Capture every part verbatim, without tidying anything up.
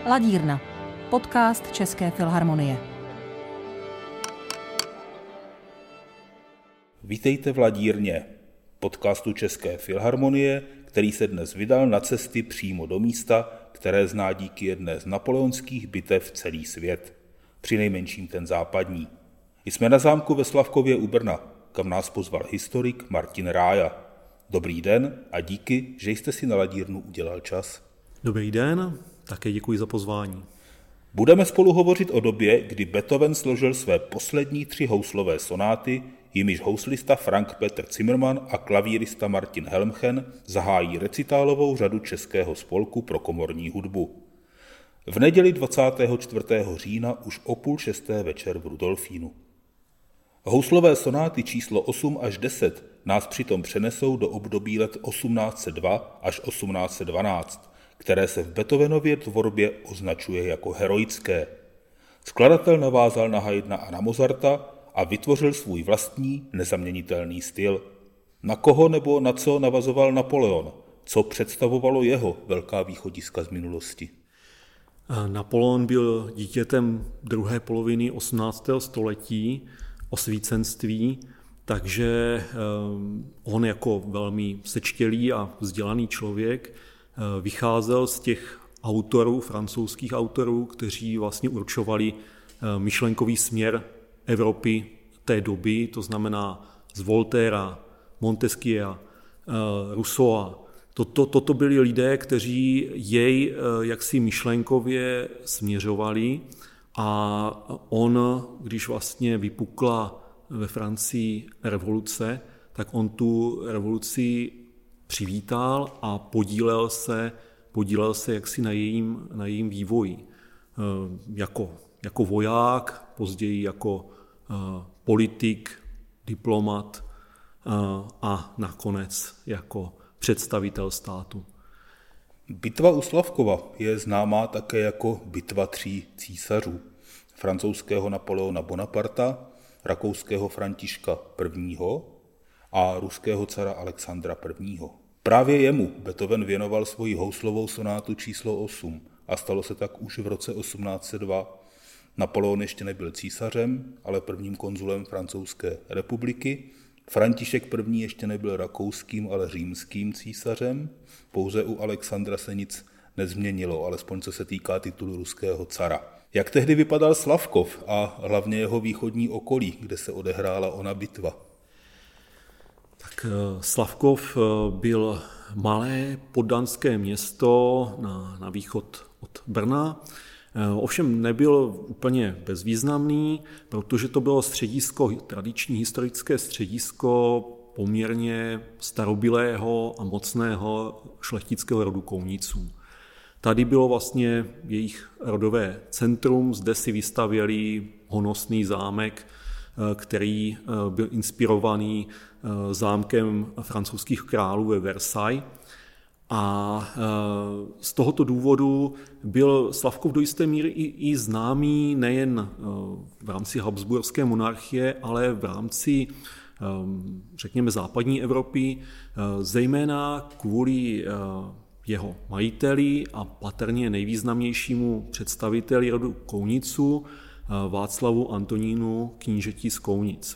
Ladírna, podcast České filharmonie. Vítejte v Ladírně, podcastu České filharmonie, který se dnes vydal na cesty přímo do místa, které zná díky jedné z napoleonských bitev celý svět, přinejmenším ten západní. Jsme na zámku ve Slavkově u Brna, kam nás pozval historik Martin Rája. Dobrý den a díky, že jste si na Ladírnu udělal čas. Dobrý den, také děkuji za pozvání. Budeme spolu hovořit o době, kdy Beethoven složil své poslední tři houslové sonáty, jimiž houslista Frank Peter Zimmermann a klavírista Martin Helmchen zahájí recitálovou řadu Českého spolku pro komorní hudbu. V neděli dvacátého čtvrtého října už o půl šesté večer v Rudolfínu. Houslové sonáty číslo osm až deset nás přitom přenesou do období let osmnáct set dva až osmnáct set dvanáct, které se v Beethovenově tvorbě označuje jako heroické. Skladatel navázal na Haydna a na Mozarta a vytvořil svůj vlastní nezaměnitelný styl. Na koho nebo na co navazoval Napoleon? Co představovalo jeho velká východiska z minulosti? Napoleon byl dítětem druhé poloviny osmnáctého století, osvícenství, takže on jako velmi sečtělý a vzdělaný člověk vycházel z těch autorů, francouzských autorů, kteří vlastně určovali myšlenkový směr Evropy té doby, to znamená z Voltaira, Montesquieua, Rousseaua. Toto, toto byli lidé, kteří jej jaksi myšlenkově směřovali a on, když vlastně vypukla ve Francii revoluce, tak on tu revoluci přivítal a podílel se, podílel se jaksi na jejím, na jejím vývoji. Jako, jako voják, později jako politik, diplomat a nakonec jako představitel státu. Bitva u Slavkova je známá také jako bitva tří císařů. Francouzského Napoleona Bonaparta, rakouského Františka prvního. a ruského cara Alexandra prvního. Právě jemu Beethoven věnoval svoji houslovou sonátu číslo osm a stalo se tak už v roce osmnáct set dva. Napoleon ještě nebyl císařem, ale prvním konzulem Francouzské republiky. František první ještě nebyl rakouským, ale římským císařem. Pouze u Alexandra se nic nezměnilo, alespoň co se týká titulu ruského cara. Jak tehdy vypadal Slavkov a hlavně jeho východní okolí, kde se odehrála ona bitva? Tak Slavkov byl malé poddanské město na, na východ od Brna. Ovšem nebyl úplně bezvýznamný, protože to bylo středisko, tradiční historické středisko poměrně starobylého a mocného šlechtického rodu Kouniců. Tady bylo vlastně jejich rodové centrum, zde si vystavěli honosný zámek, který byl inspirovaný zámkem francouzských králů ve Versailles. A z tohoto důvodu byl Slavkov do jisté míry i, i známý nejen v rámci habsburské monarchie, ale v rámci, řekněme, západní Evropy, zejména kvůli jeho majiteli a patrně nejvýznamnějšímu představiteli rodu Kouniců, Václavu Antonínu knížeti z Kounic.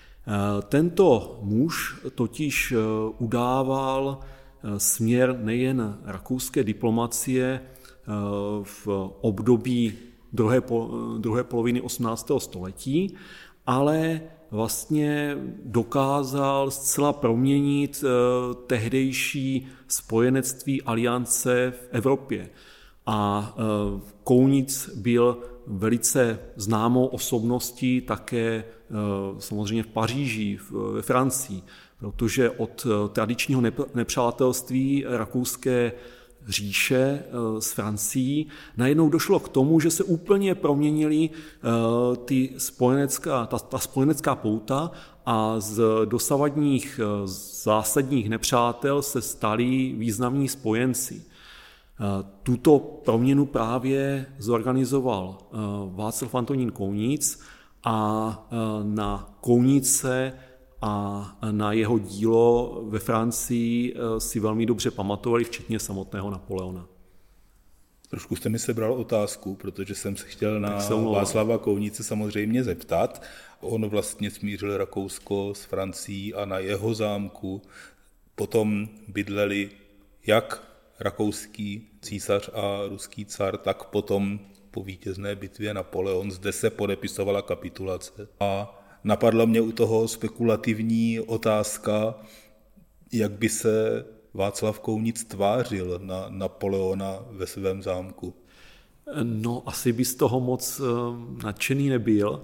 Tento muž totiž udával směr nejen rakouské diplomacie v období druhé, druhé poloviny osmnáctého století, ale vlastně dokázal zcela proměnit tehdejší spojenectví aliance v Evropě. A Kounic byl velice známou osobností také samozřejmě v Paříži, ve Francii, protože od tradičního nepřátelství rakouské říše s Francií najednou došlo k tomu, že se úplně proměnily ty spojenecká, ta, ta spojenecká pouta a z dosavadních zásadních nepřátel se stali významní spojenci. Tuto proměnu právě zorganizoval Václav Antonín Kouníc a na Kounice a na jeho dílo ve Francii si velmi dobře pamatovali, včetně samotného Napoleona. Trošku jste mi sebral otázku, protože jsem se chtěl na Václava Kounice samozřejmě zeptat. On vlastně smířil Rakousko s Francií a na jeho zámku potom bydleli jak rakouský císař a ruský car, tak potom po vítězné bitvě Napoleon. Zde se podepisovala kapitulace. A napadla mě u toho spekulativní otázka, jak by se Václav Kounic tvářil na Napoleona ve svém zámku. No, asi by z toho moc nadšený nebyl,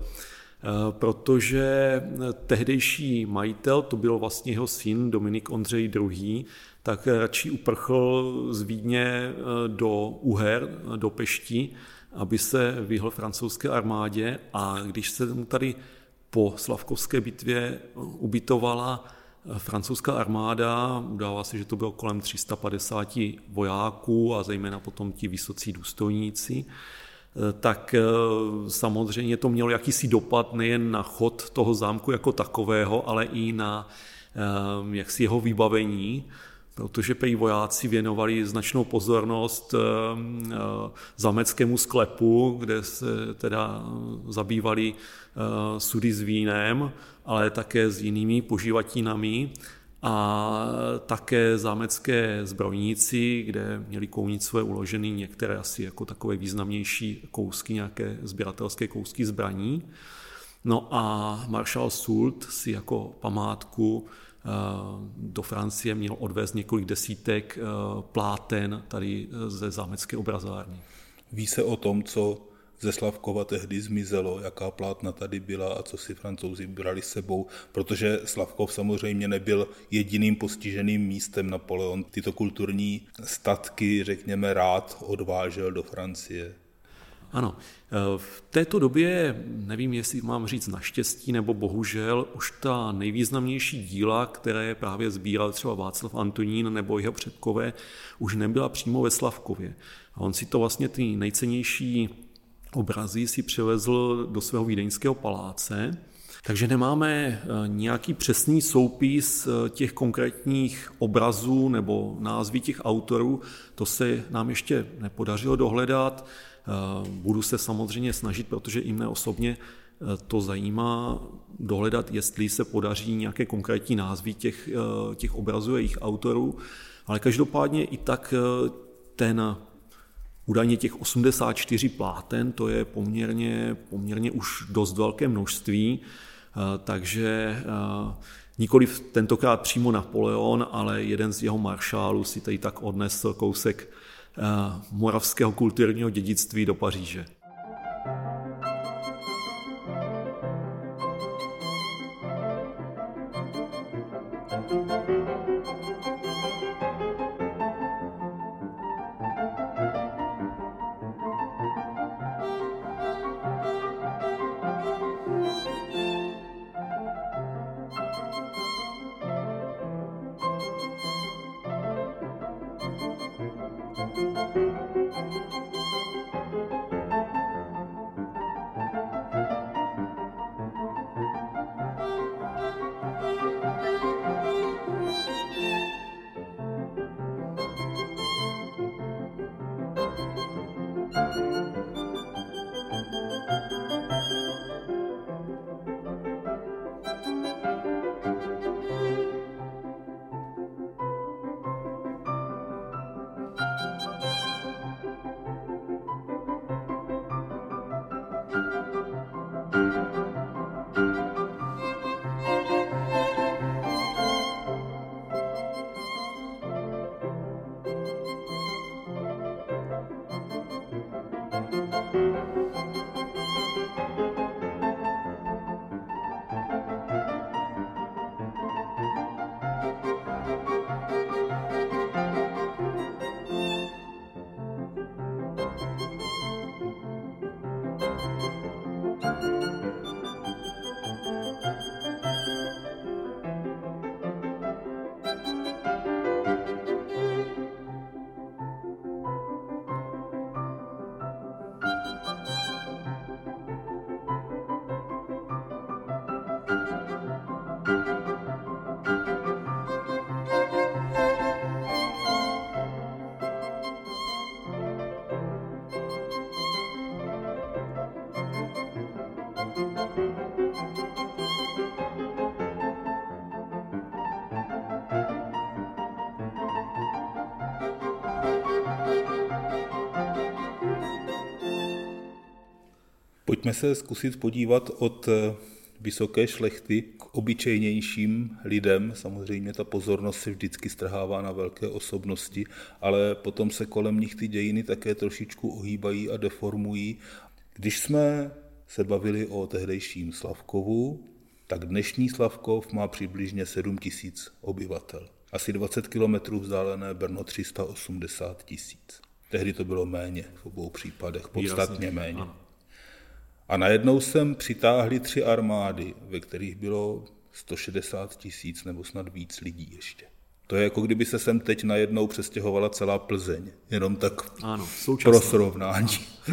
protože tehdejší majitel, to byl vlastně jeho syn Dominik Ondřej druhý., tak radši uprchl z Vídně do Uher, do Pešti, aby se vyhl francouzské armádě, a když se mu tady po Slavkovské bitvě ubytovala francouzská armáda, udává se, že to bylo kolem tři sta padesát vojáků a zejména potom ti vysocí důstojníci, tak samozřejmě to mělo jakýsi dopad nejen na chod toho zámku jako takového, ale i na jaksi jeho vybavení, protože prý vojáci věnovali značnou pozornost zámeckému sklepu, kde se teda zabývali sudy s vínem, ale také s jinými požívatinami, a také zámecké zbrojníci, kde měli Kounicové uloženy některé asi jako takové významnější kousky, nějaké sběratelské kousky zbraní. No a maršál Soult si jako památku do Francie měl odvést několik desítek pláten tady ze zámecké obrazárny. Ví se o tom, co ze Slavkova tehdy zmizelo, jaká plátna tady byla a co si Francouzi brali s sebou, protože Slavkov samozřejmě nebyl jediným postiženým místem. Napoleon tyto kulturní statky, řekněme, rád odvážel do Francie. Ano, v této době, nevím, jestli mám říct naštěstí nebo bohužel, už ta nejvýznamnější díla, které právě sbíral třeba Václav Antonín nebo jeho předkové, už nebyla přímo ve Slavkově. A on si to vlastně ty nejcennější obrazy si přivezl do svého vídeňského paláce, takže nemáme nějaký přesný soupis těch konkrétních obrazů nebo názvy těch autorů, to se nám ještě nepodařilo dohledat. Budu se samozřejmě snažit, protože i mne osobně to zajímá, dohledat, jestli se podaří nějaké konkrétní názvy těch, těch obrazů a jejich autorů, ale každopádně i tak ten údajně těch osmdesát čtyři pláten, to je poměrně, poměrně už dost velké množství, takže nikoliv tentokrát přímo Napoleon, ale jeden z jeho maršálů si tady tak odnesl kousek moravského kulturního dědictví do Paříže. Pojďme se zkusit podívat od vysoké šlechty k obyčejnějším lidem. Samozřejmě ta pozornost se vždycky strhává na velké osobnosti, ale potom se kolem nich ty dějiny také trošičku ohýbají a deformují. Když jsme se bavili o tehdejším Slavkovu, tak dnešní Slavkov má přibližně sedm tisíc obyvatel. Asi dvacet kilometrů vzdálené Brno tři sta osmdesát tisíc. Tehdy to bylo méně, v obou případech, podstatně Výrazně. méně. Ano. A najednou sem přitáhli tři armády, ve kterých bylo sto šedesát tisíc nebo snad víc lidí ještě. To je jako kdyby se sem teď najednou přestěhovala celá Plzeň, jenom tak ano, pro srovnání.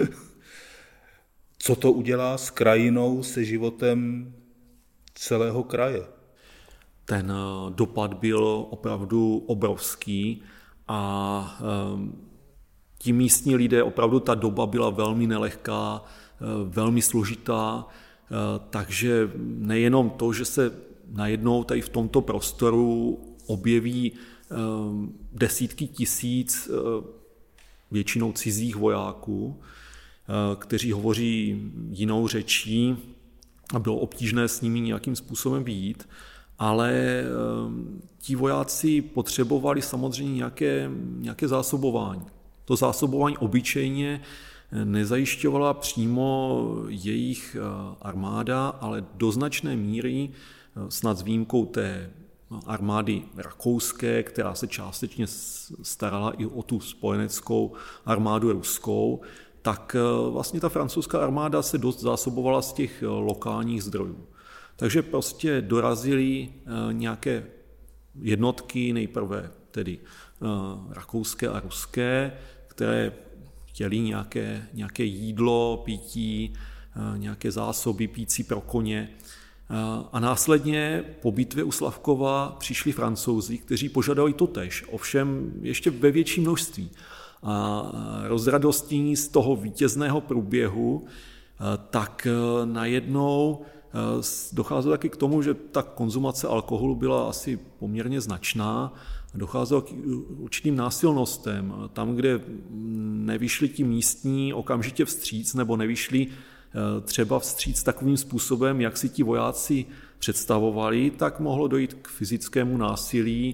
Co to udělá s krajinou, se životem celého kraje? Ten dopad byl opravdu obrovský a ti místní lidé, opravdu ta doba byla velmi nelehká, velmi složitá, takže nejenom to, že se najednou tady v tomto prostoru objeví desítky tisíc většinou cizích vojáků, kteří hovoří jinou řečí a bylo obtížné s nimi nějakým způsobem vyjít, ale ti vojáci potřebovali samozřejmě nějaké, nějaké zásobování. To zásobování obyčejně nezajišťovala přímo jejich armáda, ale do značné míry, snad s výjimkou té armády rakouské, která se částečně starala i o tu spojeneckou armádu ruskou, tak vlastně ta francouzská armáda se dost zásobovala z těch lokálních zdrojů. Takže prostě dorazily nějaké jednotky, nejprve tedy rakouské a ruské, které chtěli nějaké, nějaké jídlo, pití, nějaké zásoby pící pro koně. A následně po bitvě u Slavkova přišli Francouzi, kteří požadovali totéž, ovšem ještě ve větším množství. A rozradostnění z toho vítězného průběhu, tak najednou docházelo taky k tomu, že ta konzumace alkoholu byla asi poměrně značná. Docházelo k určitým násilnostem. Tam, kde nevyšli ti místní okamžitě vstříc, nebo nevyšli třeba vstříc takovým způsobem, jak si ti vojáci představovali, tak mohlo dojít k fyzickému násilí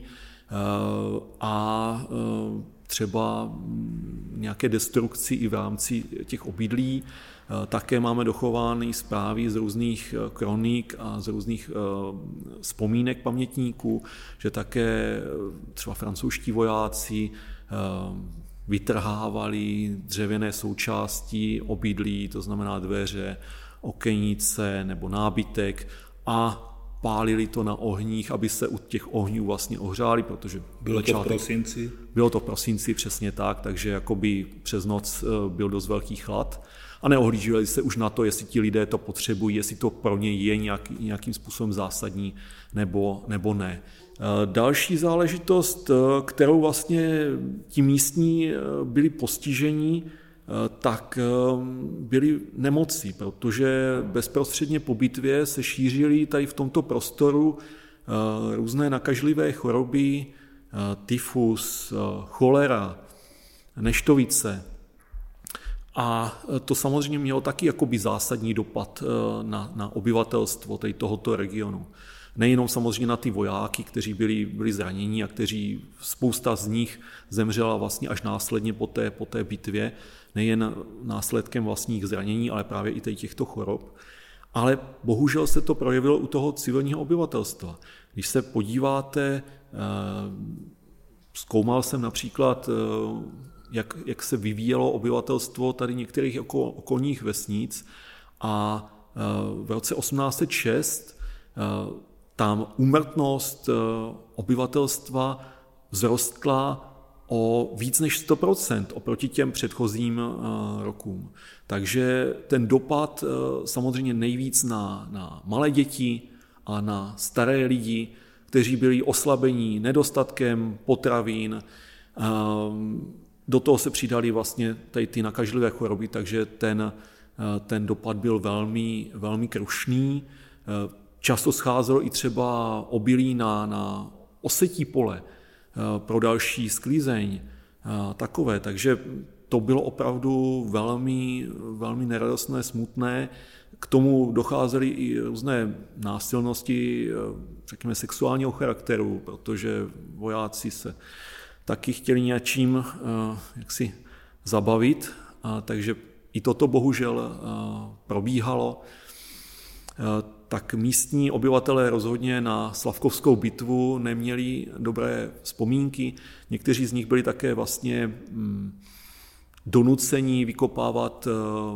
a třeba nějaké destrukci i v rámci těch obydlí. Také máme dochovány zprávy z různých kronik a z různých vzpomínek pamětníků, že také třeba francouzští vojáci vytrhávali dřevěné součásti obydlí, to znamená dveře, okenice nebo nábytek a pálili to na ohních, aby se u těch ohňů vlastně ohřáli, protože bylo to v prosinci? Bylo to v prosinci, přesně tak, takže jakoby přes noc byl dost velký chlad a neohlíželi se už na to, jestli ti lidé to potřebují, jestli to pro ně je nějaký, nějakým způsobem zásadní nebo, nebo ne. Další záležitost, kterou vlastně ti místní byli postiženi, tak byly nemoci, protože bezprostředně po bitvě se šířily tady v tomto prostoru různé nakažlivé choroby, tyfus, cholera, neštovice. A to samozřejmě mělo taky jakoby zásadní dopad na, na obyvatelstvo tady tohoto regionu. Nejenom samozřejmě na ty vojáky, kteří byli, byli zraněni a kteří, spousta z nich zemřela vlastně až následně po té, po té bitvě, nejen následkem vlastních zranění, ale právě i těchto chorob. Ale bohužel se to projevilo u toho civilního obyvatelstva. Když se podíváte, zkoumal jsem například, jak, jak se vyvíjelo obyvatelstvo tady některých okolních vesnic a v roce osmnáct set šest tam úmrtnost obyvatelstva vzrostla o víc než sto procent oproti těm předchozím rokům. Takže ten dopad samozřejmě nejvíc na, na malé děti a na staré lidi, kteří byli oslabení nedostatkem potravin. Do toho se přidali vlastně tady ty nakažlivé choroby, takže ten, ten dopad byl velmi, velmi krušný. Často scházelo i třeba obilí na, na osetí pole pro další sklízeň, takové. Takže to bylo opravdu velmi, velmi neradostné, smutné. K tomu docházely i různé násilnosti, řekněme, sexuálního charakteru, protože vojáci se taky chtěli něčím jaksi zabavit, a takže i toto bohužel probíhalo. Tak místní obyvatelé rozhodně na Slavkovskou bitvu neměli dobré vzpomínky. Někteří z nich byli také vlastně donuceni vykopávat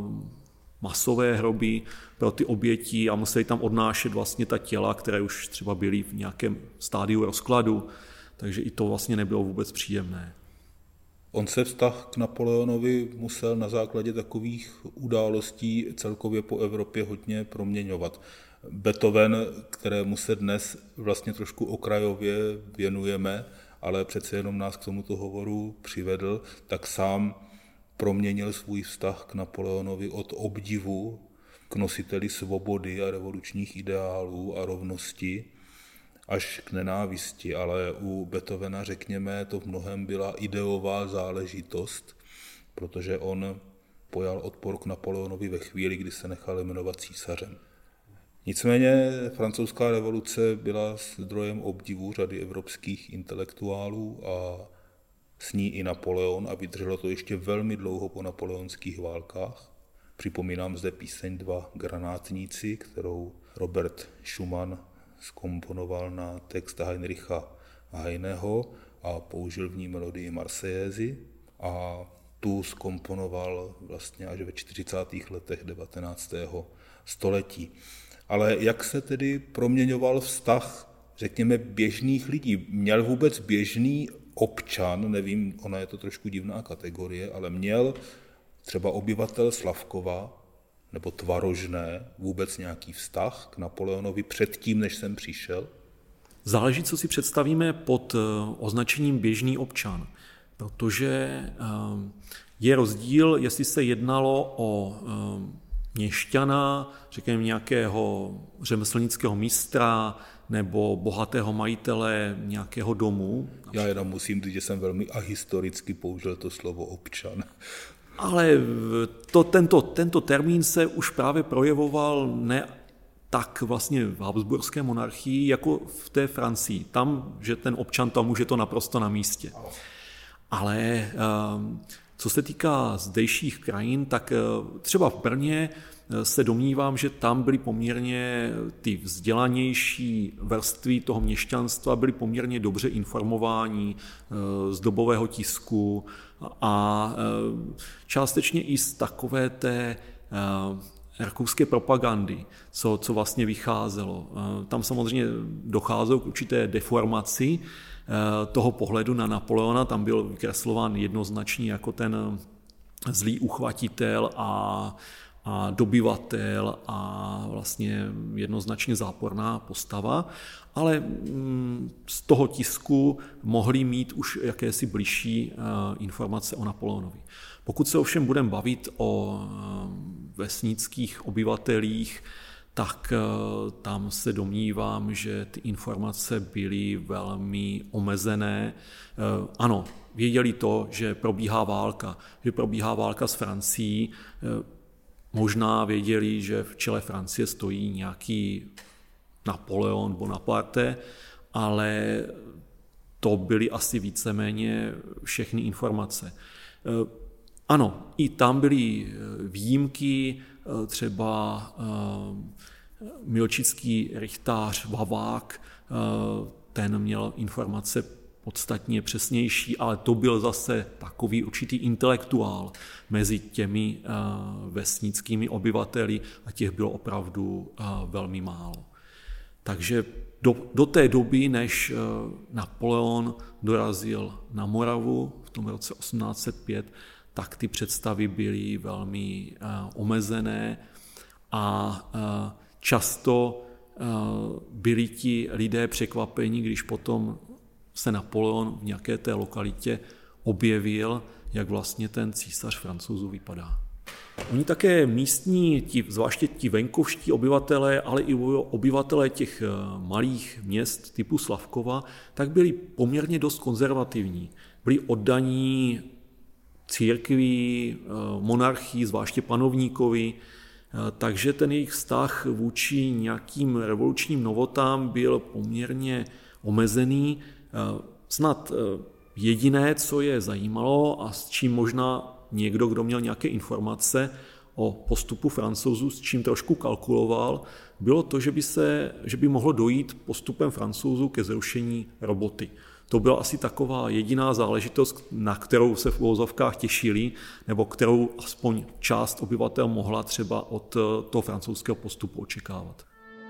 masové hroby pro ty oběti a museli tam odnášet vlastně ta těla, které už třeba byly v nějakém stádiu rozkladu, takže i to vlastně nebylo vůbec příjemné. On se vztah k Napoleonovi musel na základě takových událostí celkově po Evropě hodně proměňovat. Beethoven, kterému se dnes vlastně trošku okrajově věnujeme, ale přece jenom nás k tomuto hovoru přivedl, tak sám proměnil svůj vztah k Napoleonovi od obdivu k nositeli svobody a revolučních ideálů a rovnosti až k nenávisti, ale u Beethovena, řekněme, to v mnohem byla ideová záležitost, protože on pojal odpor k Napoleonovi ve chvíli, kdy se nechal jmenovat císařem. Nicméně francouzská revoluce byla zdrojem obdivu řady evropských intelektuálů a s ní i Napoleon a vydrželo to ještě velmi dlouho po napoleonských válkách. Připomínám zde píseň Dva granátníci, kterou Robert Schumann zkomponoval na text Heinricha Heineho a použil v ní melodii Marsejézy a tu zkomponoval vlastně až ve čtyřicátých letech devatenáctého století. Ale jak se tedy proměňoval vztah, řekněme, běžných lidí? Měl vůbec běžný občan, nevím, ona je to trošku divná kategorie, ale měl třeba obyvatel Slavkova nebo Tvarožné vůbec nějaký vztah k Napoleonovi předtím, než jsem přišel? Záleží, co si představíme pod označením běžný občan, protože je rozdíl, jestli se jednalo o měšťana, řekněme nějakého řemeslnického mistra nebo bohatého majitele nějakého domu. Já jenom musím říct, že jsem velmi ahistoricky použil to slovo občan. Ale to, tento, tento termín se už právě projevoval ne tak vlastně v habsburské monarchii, jako v té Francii. Tam, že ten občan tam už je to naprosto na místě. Ale co se týká zdejších krajin, tak třeba v Brně se domnívám, že tam byly poměrně ty vzdělanější vrstvy toho měšťanstva, byly poměrně dobře informováni z dobového tisku a částečně i z takové té rakouské propagandy, co, co vlastně vycházelo. Tam samozřejmě docházelo k určité deformaci toho pohledu na Napoleona, tam byl vykreslován jednoznačně jako ten zlý uchvatitel a, a dobyvatel a vlastně jednoznačně záporná postava, ale z toho tisku mohli mít už jakési bližší informace o Napoleonovi. Pokud se ovšem budeme bavit o vesnických obyvatelích, tak tam se domnívám, že ty informace byly velmi omezené. Ano, věděli to, že probíhá válka, že probíhá válka s Francií. Možná věděli, že v čele Francie stojí nějaký Napoleon Bonaparte, ale to byly asi víceméně všechny informace. Ano, i tam byly výjimky, třeba milčický rychtář Vavák, ten měl informace podstatně přesnější, ale to byl zase takový určitý intelektuál mezi těmi vesnickými obyvateli a těch bylo opravdu velmi málo. Takže do, do té doby, než Napoleon dorazil na Moravu v tom roce osmnáct set pět, tak ty představy byly velmi omezené a často byli ti lidé překvapeni, když potom se Napoleon v nějaké té lokalitě objevil, jak vlastně ten císař Francouzů vypadá. Oni také místní, ti, zvláště ti venkovští obyvatelé, ale i obyvatelé těch malých měst typu Slavkova, tak byli poměrně dost konzervativní. Byli oddaní církví, monarchii, zvláště panovníkovi, takže ten jejich vztah vůči nějakým revolučním novotám byl poměrně omezený. Snad jediné, co je zajímalo a s čím možná někdo, kdo měl nějaké informace o postupu Francouzů, s čím trošku kalkuloval, bylo to, že by, se, že by mohlo dojít postupem Francouzů ke zrušení roboty. To byla asi taková jediná záležitost, na kterou se v uvozovkách těšili, nebo kterou aspoň část obyvatel mohla třeba od toho francouzského postupu očekávat.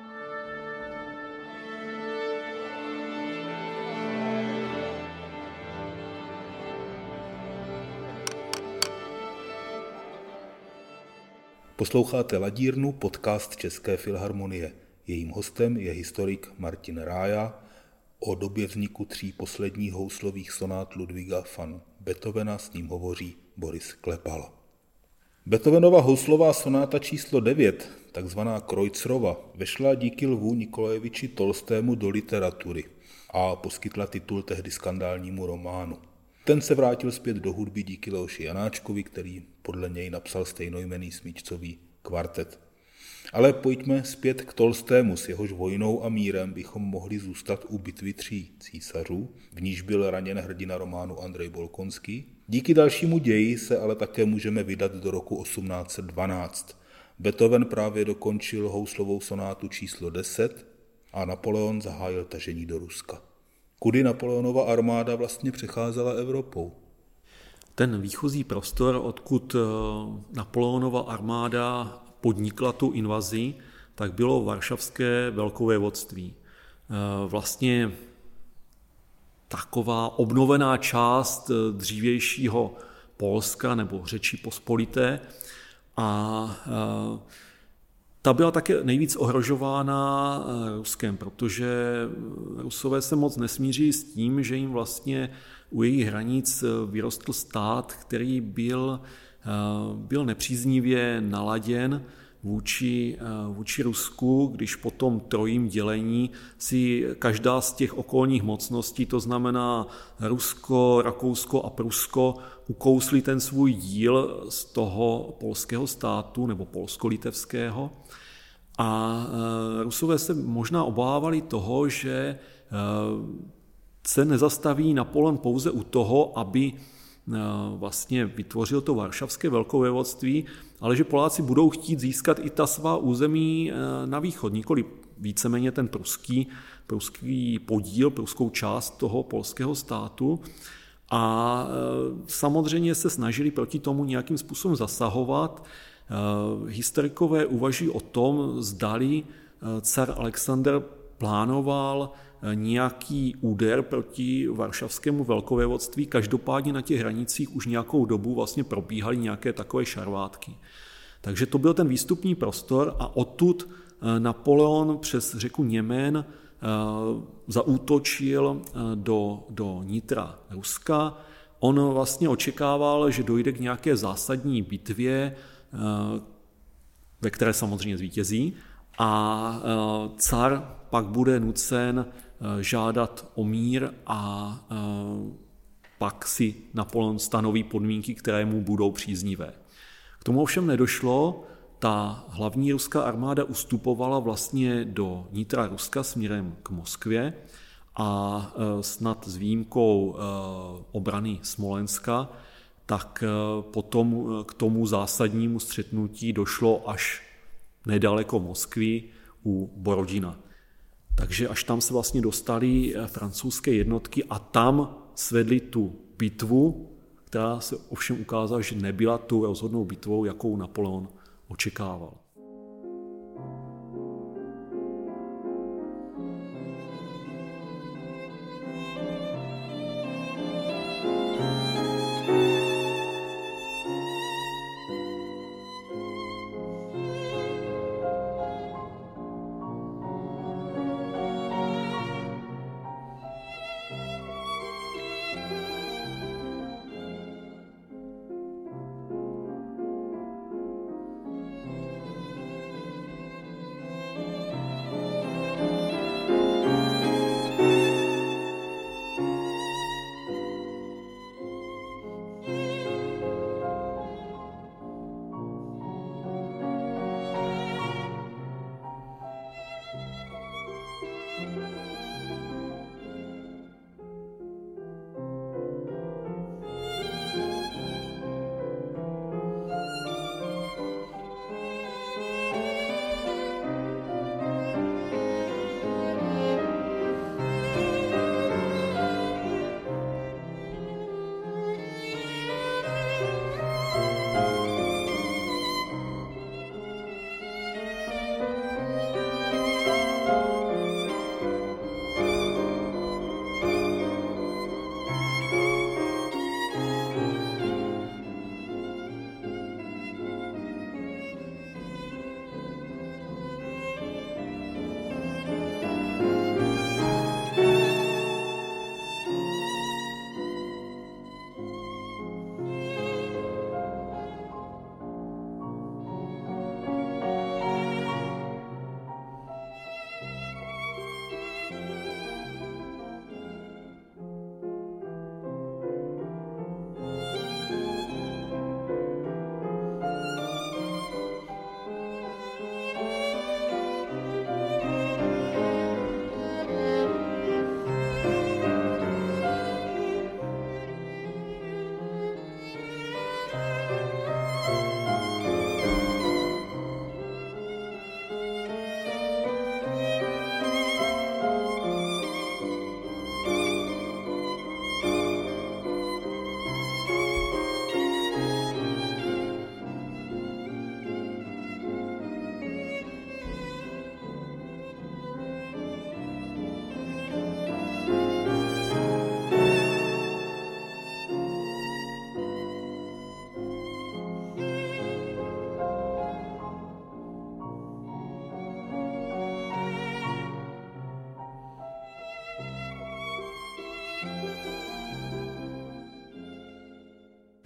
Posloucháte Ladírnu, podcast České filharmonie. Jejím hostem je historik Martin Rája. O době vzniku tří posledních houslových sonát Ludwiga van Beethovena s ním hovoří Boris Klepal. Beethovenova houslová sonáta číslo devět, takzvaná Kreuzerova, vešla díky Lvu Nikolajeviči Tolstému do literatury a poskytla titul tehdy skandálnímu románu. Ten se vrátil zpět do hudby díky Leoši Janáčkovi, který podle něj napsal stejnojmenný smyčcový kvartet. Ale pojďme zpět k Tolstému, s jehož Vojnou a mírem bychom mohli zůstat u bitvy tří císařů, v níž byl raněn hrdina románu Andrej Bolkonský. Díky dalšímu ději se ale také můžeme vydat do roku osmnáct set dvanáct. Beethoven právě dokončil houslovou sonátu číslo deset a Napoleon zahájil tažení do Ruska. Kudy Napoleonova armáda vlastně přecházela Evropou? Ten výchozí prostor, odkud Napoleonova armáda podnikla tu invazi, tak bylo varšavské velkovévodství. Vlastně taková obnovená část dřívějšího Polska nebo Řeči Pospolité a ta byla také nejvíc ohrožována Ruskem, protože Rusové se moc nesmíří s tím, že jim vlastně u jejich hranic vyrostl stát, který byl, byl nepříznivě naladěn vůči, vůči Rusku, když po tom trojím dělení si každá z těch okolních mocností, to znamená Rusko, Rakousko a Prusko, ukousli ten svůj díl z toho polského státu nebo polsko-litevského. A Rusové se možná obávali toho, že se nezastaví Napoleon pouze u toho, aby vlastně vytvořil to varšavské velkovévodství, ale že Poláci budou chtít získat i ta svá území na východ, nikoli víceméně ten pruský, pruský podíl, pruskou část toho polského státu. A samozřejmě se snažili proti tomu nějakým způsobem zasahovat. Historikové uvažují o tom, zdali car Alexander plánoval nějaký úder proti varšavskému velkovévodství. Každopádně na těch hranicích už nějakou dobu vlastně probíhaly nějaké takové šarvátky. Takže to byl ten výstupní prostor a odtud Napoleon přes řeku Němen zaútočil do, do nitra Ruska. On vlastně očekával, že dojde k nějaké zásadní bitvě, ve které samozřejmě zvítězí, a car pak bude nucen žádat o mír a pak si Napoleon stanoví podmínky, které mu budou příznivé. K tomu ovšem nedošlo. Ta hlavní ruská armáda ustupovala vlastně do nitra Ruska směrem k Moskvě a snad s výjimkou obrany Smolenska, tak potom k tomu zásadnímu střetnutí došlo až nedaleko Moskvy u Borodina. Takže až tam se vlastně dostali francouzské jednotky a tam svedli tu bitvu, která se ovšem ukázala, že nebyla tu rozhodnou bitvou, jakou Napoleon očekával.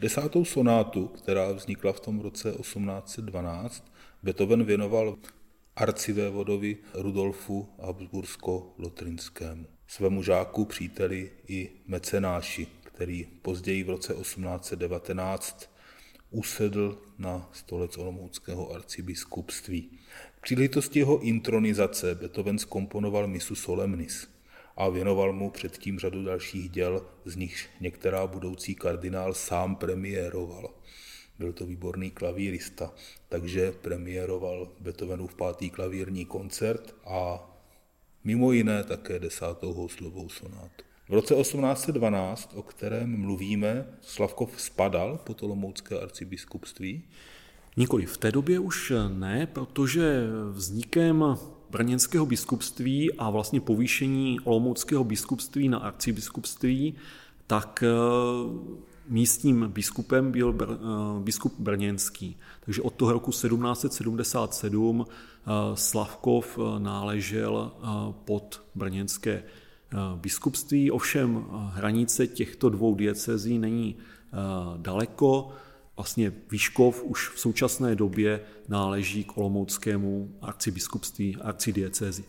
Desátou sonátu, která vznikla v tom roce osmnáct set dvanáct, Beethoven věnoval arcivévodovi Rudolfu Habsbursko-Lotrinskému, svému žáku, příteli i mecenáši, který později v roce osmnáct set devatenáct usedl na stolec olomouckého arcibiskupství. K příležitosti jeho intronizace Beethoven zkomponoval misu Solemnis a věnoval mu předtím řadu dalších děl, z nichž některá budoucí kardinál sám premiéroval. Byl to výborný klavírista, takže premiéroval Beethovenův pátý klavírní koncert a mimo jiné také desátou houslovou sonátu. V roce osmnáct set dvanáct, o kterém mluvíme, Slavkov spadal pod olomoucké arcibiskupství? Nikoli, v té době už ne, protože vznikem brněnského biskupství a vlastně povýšení olomouckého biskupství na arcibiskupství, tak místním biskupem byl br, biskup brněnský. Takže od toho roku sedmnáct set sedmdesát sedm Slavkov náležel pod brněnské biskupství, ovšem hranice těchto dvou diecézí není daleko. Vlastně Vyškov už v současné době náleží k olomouckému arcibiskupství, arcidiecézi.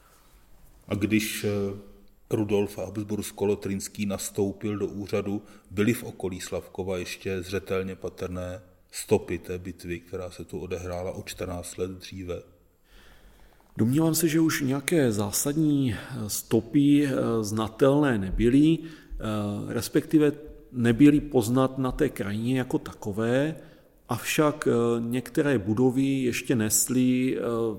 A když Rudolf Habsbursko-Lotrinský nastoupil do úřadu, byly v okolí Slavkova ještě zřetelně patrné stopy té bitvy, která se tu odehrála o čtrnáct let dříve? Domnívám se, že už nějaké zásadní stopy znatelné nebyly, respektive nebyly poznat na té krajině jako takové, avšak některé budovy ještě nesly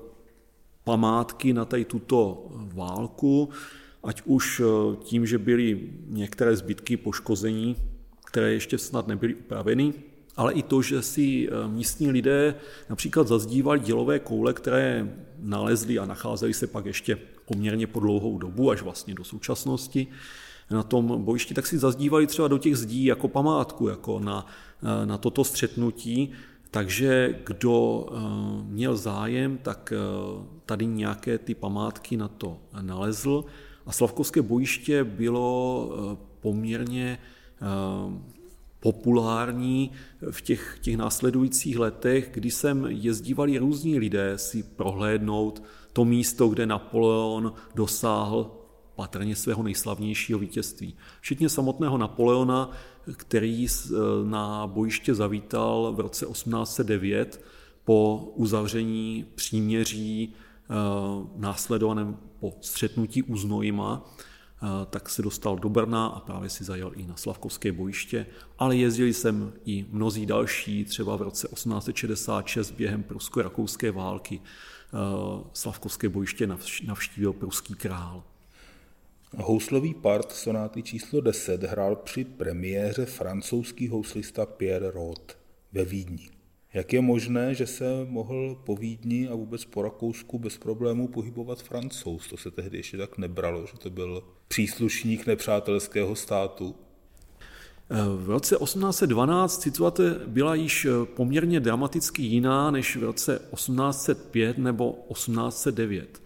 památky na tady tuto válku, ať už tím, že byly některé zbytky poškození, které ještě snad nebyly upraveny, ale i to, že si místní lidé například zazdívali dělové koule, které nalezli a nacházely se pak ještě poměrně po dlouhou dobu, až vlastně do současnosti na tom bojišti, tak si zazdívali třeba do těch zdí jako památku, jako na, na toto střetnutí. Takže kdo měl zájem, tak tady nějaké ty památky na to nalezl. A Slavkovské bojiště bylo poměrně populární v těch, těch následujících letech, kdy sem jezdívali různí lidé si prohlédnout to místo, kde Napoleon dosáhl patrně svého nejslavnějšího vítězství. Včetně samotného Napoleona, který na bojiště zavítal v roce osmnáct set devět po uzavření příměří následovaném po střetnutí u Znojma, tak se dostal do Brna a právě si zajel i na Slavkovské bojiště, ale jezdili sem i mnozí další, třeba v roce osmnáct set šedesát šest během prusko-rakouské války Slavkovské bojiště navštívil pruský král. Houslový part sonáty číslo deset hrál při premiéře francouzský houslista Pierre Roth ve Vídni. Jak je možné, že se mohl po Vídni a vůbec po Rakousku bez problémů pohybovat Francouz? To se tehdy ještě tak nebralo, že to byl příslušník nepřátelského státu. V roce osmnáct set dvanáct situace byla již poměrně dramaticky jiná než v roce osmnáct set pět nebo osmnáct set devět.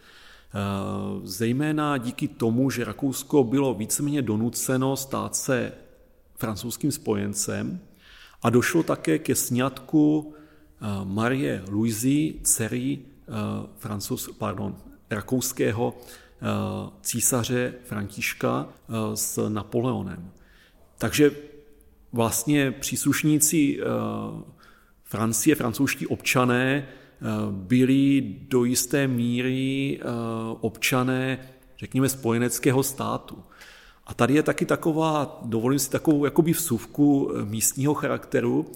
Zejména díky tomu, že Rakousko bylo víceméně donuceno stát se francouzským spojencem a došlo také ke sňatku Marie Louisy, dcery francouz, pardon, rakouského císaře Františka s Napoleonem. Takže vlastně příslušníci Francie, francouzští občané, byli do jisté míry občané, řekněme, spojeneckého státu. A tady je taky taková, dovolím si takovou jakoby vsuvku místního charakteru.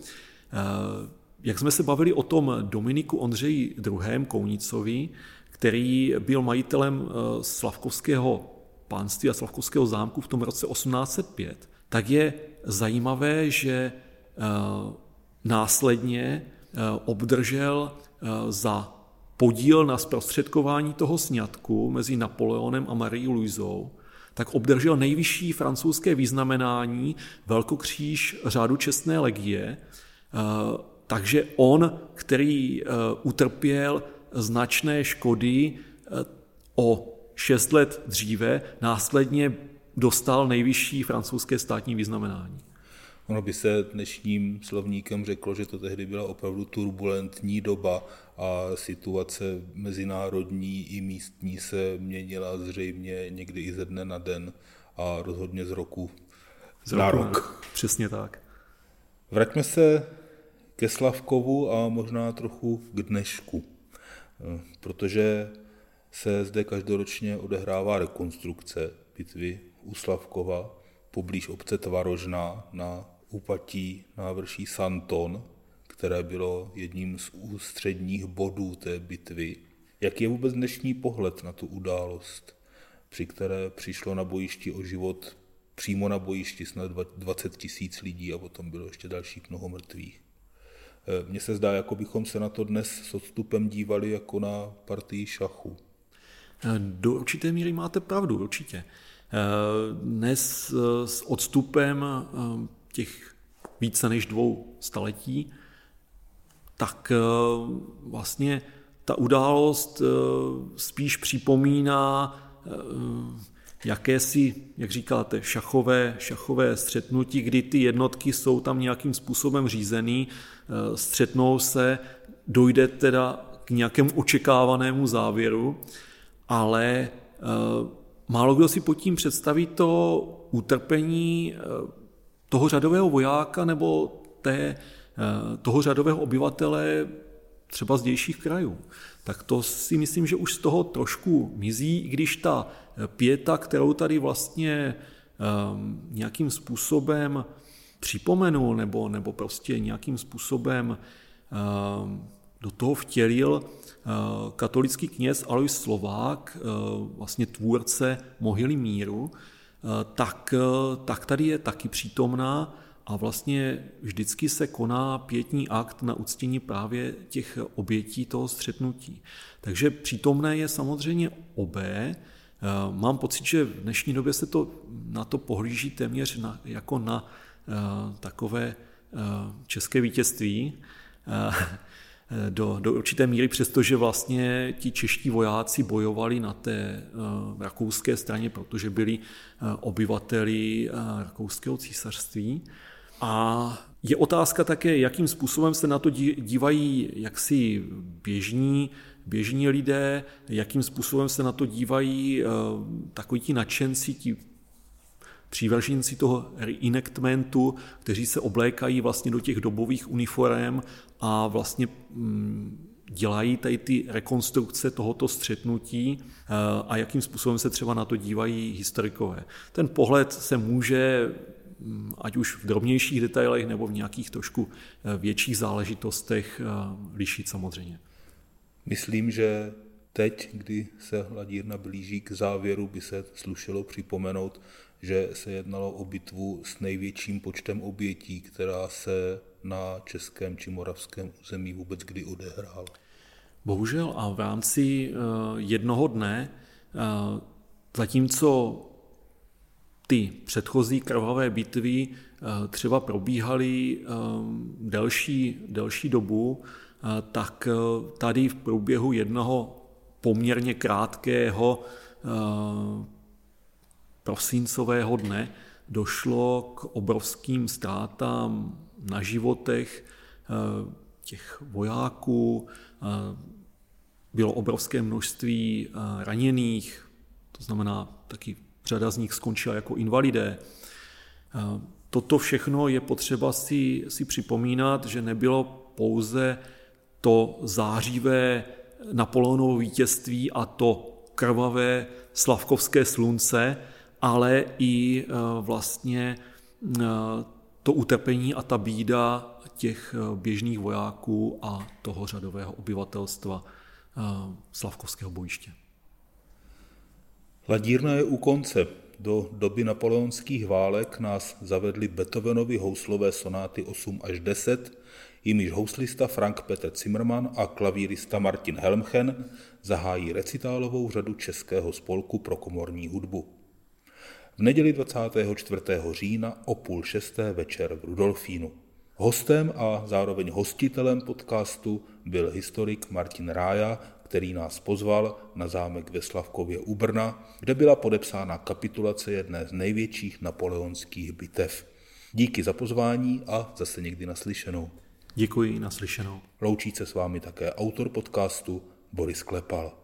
Jak jsme se bavili o tom Dominiku Ondřeji druhém. Kounicovi, který byl majitelem Slavkovského pánství a Slavkovského zámku v tom roce osmnáct set pět, tak je zajímavé, že následně obdržel za podíl na zprostředkování toho sňatku mezi Napoleonem a Marií Louisou, tak obdržel nejvyšší francouzské vyznamenání Velkokříž řádu čestné legie. Takže on, který utrpěl značné škody o šest let dříve, následně dostal nejvyšší francouzské státní vyznamenání. Ono by se dnešním slovníkem řeklo, že to tehdy byla opravdu turbulentní doba a situace mezinárodní i místní se měnila zřejmě někdy i ze dne na den a rozhodně z roku z na roku, rok. Přesně tak. Vraťme se ke Slavkovu a možná trochu k dnešku, protože se zde každoročně odehrává rekonstrukce bitvy u Slavkova poblíž obce Tvarožna na úpatí návrší Santon, které bylo jedním z ústředních bodů té bitvy. Jak je vůbec dnešní pohled na tu událost, při které přišlo na bojišti o život přímo na bojišti snad dvacet tisíc lidí a potom bylo ještě dalších mnoho mrtvých? Mně se zdá, jako bychom se na to dnes s odstupem dívali jako na partii šachu. Do určité míry máte pravdu, určitě. Dnes s odstupem těch více než dvou staletí, tak vlastně ta událost spíš připomíná jakési, jak říkáte, šachové, šachové střetnutí, kdy ty jednotky jsou tam nějakým způsobem řízený, střetnou se, dojde teda k nějakému očekávanému závěru, ale málo kdo si pod tím představí to utrpení toho řadového vojáka nebo té, toho řadového obyvatele třeba z dějších krajů. Tak to si myslím, že už z toho trošku mizí, i když ta pieta, kterou tady vlastně um, nějakým způsobem připomenul nebo, nebo prostě nějakým způsobem um, do toho vtělil uh, katolický kněz Alois Slovák, uh, vlastně tvůrce Mohyly míru, uh, tak, uh, tak tady je taky přítomná a vlastně vždycky se koná pietní akt na uctění právě těch obětí toho střetnutí. Takže přítomné je samozřejmě obé. Mám pocit, že v dnešní době se to na to pohlíží téměř na, jako na uh, takové uh, české vítězství uh, do, do určité míry, přestože vlastně ti čeští vojáci bojovali na té uh, rakouské straně, protože byli uh, obyvateli uh, rakouského císařství. A je otázka také, jakým způsobem se na to dívají jaksi běžní, běžní lidé, jakým způsobem se na to dívají uh, takoví ti nadšenci, ti přívrženci toho reenactmentu, kteří se oblékají vlastně do těch dobových uniforem a vlastně mm, dělají tady ty rekonstrukce tohoto střetnutí uh, a jakým způsobem se třeba na to dívají historikové. Ten pohled se může ať už v drobnějších detailech nebo v nějakých trošku větších záležitostech lišit samozřejmě. Myslím, že teď, kdy se Hladírna blíží k závěru, by se slušelo připomenout, že se jednalo o bitvu s největším počtem obětí, která se na českém či moravském území vůbec kdy odehrála. Bohužel a v rámci jednoho dne, zatímco ty předchozí krvavé bitvy třeba probíhaly delší, delší dobu, tak tady v průběhu jednoho poměrně krátkého prosincového dne došlo k obrovským ztrátám na životech těch vojáků, bylo obrovské množství raněných, to znamená taky řada z nich skončila jako invalidé. Toto všechno je potřeba si, si připomínat, že nebylo pouze to zářivé Napoleonovo vítězství a to krvavé slavkovské slunce, ale i vlastně to utrpení a ta bída těch běžných vojáků a toho řadového obyvatelstva slavkovského bojiště. Hladírna je u konce. Do doby napoleonských válek nás zavedly Beethovenovy houslové sonáty osm až deset, jimiž houslista Frank Peter Zimmermann a klavírista Martin Helmchen zahájí recitálovou řadu Českého spolku pro komorní hudbu. V neděli dvacátého čtvrtého října o půl šesté večer v Rudolfínu. Hostem a zároveň hostitelem podcastu byl historik Martin Rája, který nás pozval na zámek ve Slavkově u Brna, kde byla podepsána kapitulace jedné z největších napoleonských bitev. Díky za pozvání a zase někdy naslyšenou. Děkuji, naslyšenou. Loučí se s vámi také autor podcastu Boris Klepal.